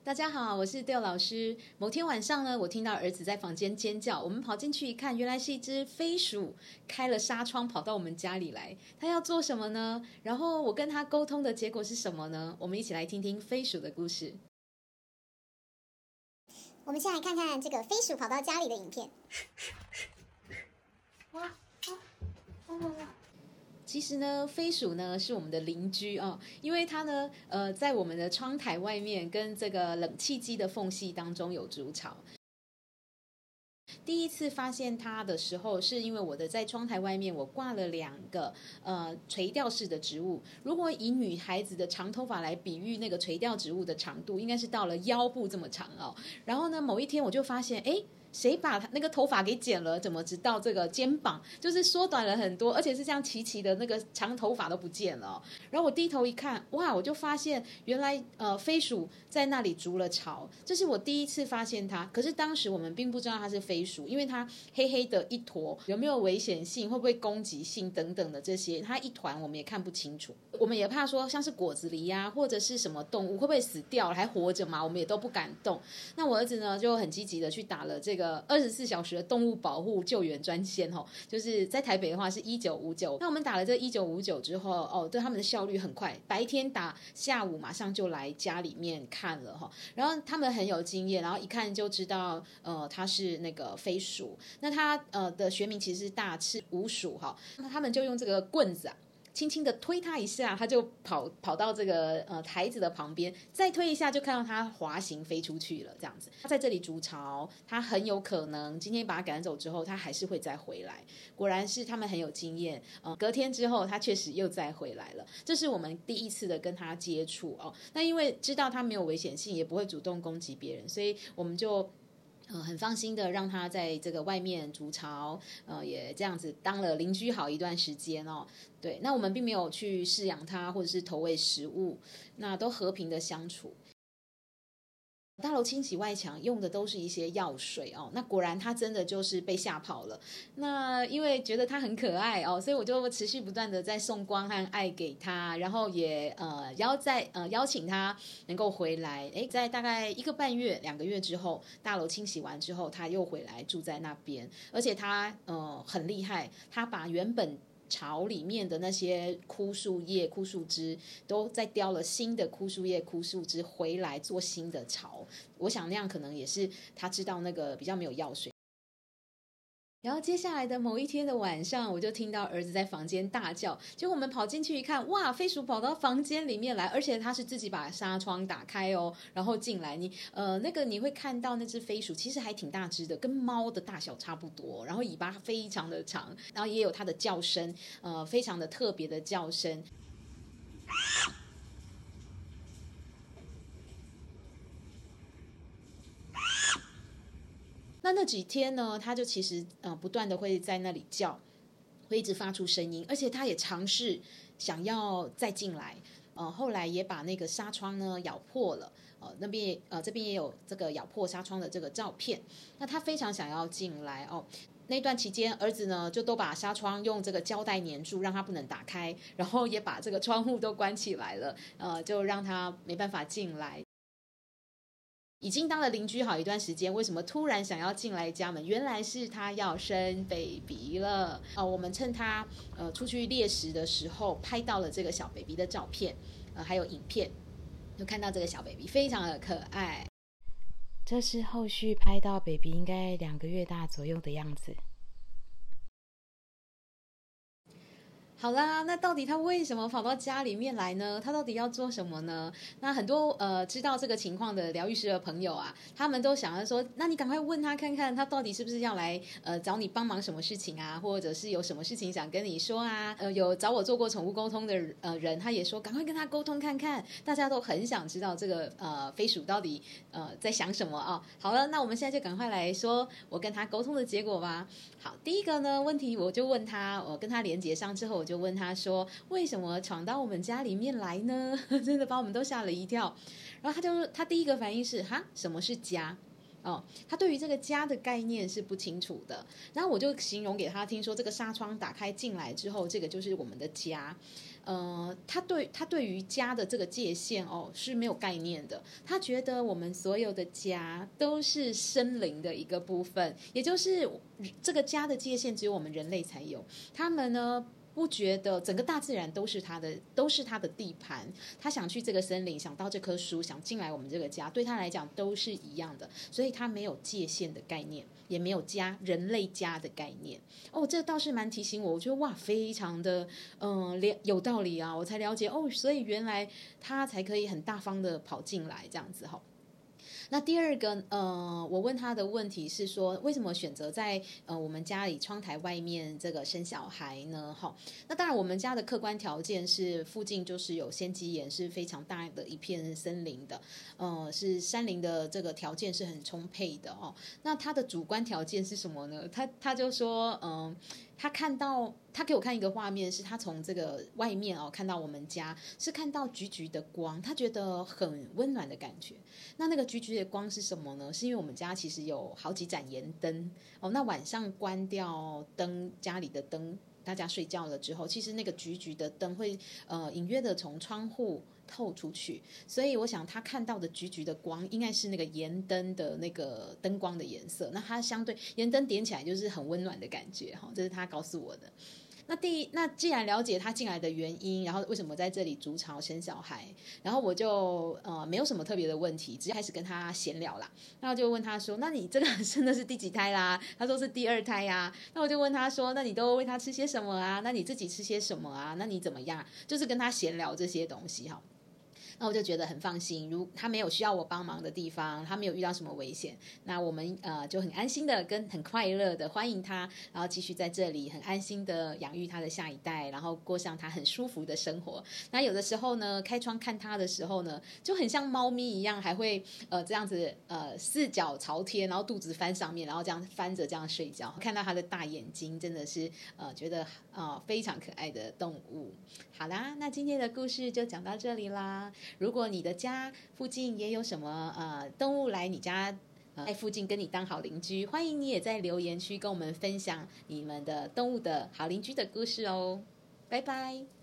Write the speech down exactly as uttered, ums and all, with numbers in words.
大家好，我是 Dale 老师。某天晚上呢，我听到儿子在房间尖叫，我们跑进去一看，原来是一只飞鼠开了纱窗跑到我们家里来。它要做什么呢？然后我跟它沟通的结果是什么呢？我们一起来听听飞鼠的故事。 我们先来看看这个飞鼠跑到家里的影片。 哇哇哇哇哇！其实呢，飞鼠呢是我们的邻居哦，因为它呢，呃，在我们的窗台外面跟这个冷气机的缝隙当中有筑巢。第一次发现它的时候，是因为我的在窗台外面我挂了两个呃垂钓式的植物。如果以女孩子的长头发来比喻那个垂钓植物的长度，应该是到了腰部这么长哦。然后呢，某一天我就发现，哎。谁把那个头发给剪了？怎么直到这个肩膀，就是缩短了很多，而且是这样齐齐的，那个长头发都不见了、哦。然后我低头一看，哇，我就发现原来呃飞鼠在那里筑了巢，这是我第一次发现它。可是当时我们并不知道它是飞鼠，因为它黑黑的一坨，有没有危险性，会不会攻击性等等的这些，它一团我们也看不清楚。我们也怕说像是果子狸呀、啊，或者是什么动物会不会死掉了，还活着嘛？我们也都不敢动。那我儿子呢就很积极的去打了这个。二十四小时的动物保护救援专线哦，就是在台北的话是一九五九。那我们打了这一九五九之后，哦，对他们的效率很快，白天打，下午马上就来家里面看了哈。然后他们很有经验，然后一看就知道，呃，它是那个飞鼠。那它呃的学名其实是大翅鼯鼠哈。那他们就用这个棍子啊。轻轻的推它一下，它就跑跑到这个呃台子的旁边，再推一下就看到它滑行飞出去了。这样子，它在这里筑巢，它很有可能今天把它赶走之后，它还是会再回来。果然是他们很有经验，呃，隔天之后它确实又再回来了。这是我们第一次的跟它接触哦。那因为知道它没有危险性，也不会主动攻击别人，所以我们就。呃，很放心的让他在这个外面筑巢，呃，也这样子当了邻居好一段时间哦。对，那我们并没有去饲养它，或者是投喂食物，那都和平的相处。大楼清洗外墙用的都是一些药水哦，那果然他真的就是被吓跑了。那因为觉得他很可爱哦，所以我就持续不断的在送光和爱给他，然后也呃邀在呃邀请他能够回来。诶，在大概一个半月、两个月之后，大楼清洗完之后，他又回来住在那边，而且他呃很厉害，他把原本巢里面的那些枯树叶、枯树枝都再雕了新的枯树叶、枯树枝回来做新的巢。我想那样可能也是他知道那个比较没有药水。然后接下来的某一天的晚上，我就听到儿子在房间大叫，结果我们跑进去一看，哇，飞鼠跑到房间里面来，而且它是自己把纱窗打开哦，然后进来。你呃那个你会看到那只飞鼠其实还挺大只的，跟猫的大小差不多，然后尾巴非常的长，然后也有它的叫声，呃，非常的特别的叫声。那那几天呢，他就其实呃不断的会在那里叫，会一直发出声音，而且他也尝试想要再进来，呃，后来也把那个纱窗呢咬破了，呃，那边呃这边也有这个咬破纱窗的这个照片。那他非常想要进来哦。那段期间，儿子呢就都把纱窗用这个胶带粘住，让他不能打开，然后也把这个窗户都关起来了，呃，就让他没办法进来。已经当了邻居好一段时间，为什么突然想要进来家门？原来是他要生 baby 了、呃、我们趁他呃出去猎食的时候，拍到了这个小 baby 的照片，呃，还有影片，就看到这个小 baby 非常的可爱。 这是后续拍到 baby 应该两个月大左右的样子。 好啦，那到底他为什么跑到家里面来呢？他到底要做什么呢？那很多呃知道这个情况的疗愈师的朋友啊，他们都想要说，那你赶快问他看看，他到底是不是要来呃找你帮忙什么事情啊，或者是有什么事情想跟你说啊？呃，有找我做过宠物沟通的呃人，他也说赶快跟他沟通看看。大家都很想知道这个呃飞鼠到底呃在想什么啊。好了，那我们现在就赶快来说我跟他沟通的结果吧。好，第一个呢问题我就问他，我跟他连接上之后，我就问他说为什么闯到我们家里面来呢？真的把我们都吓了一跳。然后他就他第一个反应是哈，什么是家？ 哦，他对于这个家的概念是不清楚的。然后我就形容给他听说，这个纱窗打开进来之后，这个就是我们的家。呃，他对他对于家的这个界限哦是没有概念的。他觉得我们所有的家都是生灵的一个部分，也就是这个家的界限只有我们人类才有。他们呢，不觉得整个大自然都是他的，都是他的地盘。他想去这个森林，想到这棵树，想进来我们这个家，对他来讲都是一样的，所以他没有界限的概念，也没有家人类家的概念。哦，这倒是蛮提醒我，我觉得哇，非常的嗯、呃、有道理啊，我才了解哦，所以原来他才可以很大方的跑进来这样子哈。那第二个，呃，我问他的问题是说，为什么选择在呃我们家里窗台外面这个生小孩呢？哈，那当然我们家的客观条件是附近就是有仙鸡岩，是非常大的一片森林的，呃，是山林的这个条件是很充沛的哦。那他的主观条件是什么呢？他他就说，嗯、呃。他看到，他给我看一个画面，是他从这个外面哦看到我们家，是看到橘橘的光，他觉得很温暖的感觉。那那个橘橘的光是什么呢？是因为我们家其实有好几盏盐灯哦，那晚上关掉灯，家里的灯，大家睡觉了之后，其实那个橘橘的灯会呃隐约的从窗户透出去，所以我想他看到的橘橘的光应该是那个盐灯的那个灯光的颜色，那它相对盐灯点起来就是很温暖的感觉，这是他告诉我的。那第一，那既然了解他进来的原因，然后为什么在这里筑巢生小孩，然后我就呃没有什么特别的问题，直接开始跟他闲聊啦。那我就问他说：“那你这个生的是第几胎啦？”他说是第二胎呀、啊。那我就问他说：“那你都喂他吃些什么啊？那你自己吃些什么啊？那你怎么样？”就是跟他闲聊这些东西哈。那我就觉得很放心，如他没有需要我帮忙的地方，他没有遇到什么危险，那我们呃就很安心的跟很快乐的欢迎他，然后继续在这里很安心的养育他的下一代，然后过上他很舒服的生活。那有的时候呢，开窗看他的时候呢，就很像猫咪一样，还会呃这样子呃四脚朝天，然后肚子翻上面，然后这样翻着这样睡觉。看到他的大眼睛，真的是呃觉得呃非常可爱的动物。好啦，那今天的故事就讲到这里啦。如果你的家附近也有什么呃动物来你家呃在附近跟你当好邻居，欢迎你也在留言区跟我们分享你们的动物的好邻居的故事哦。拜拜。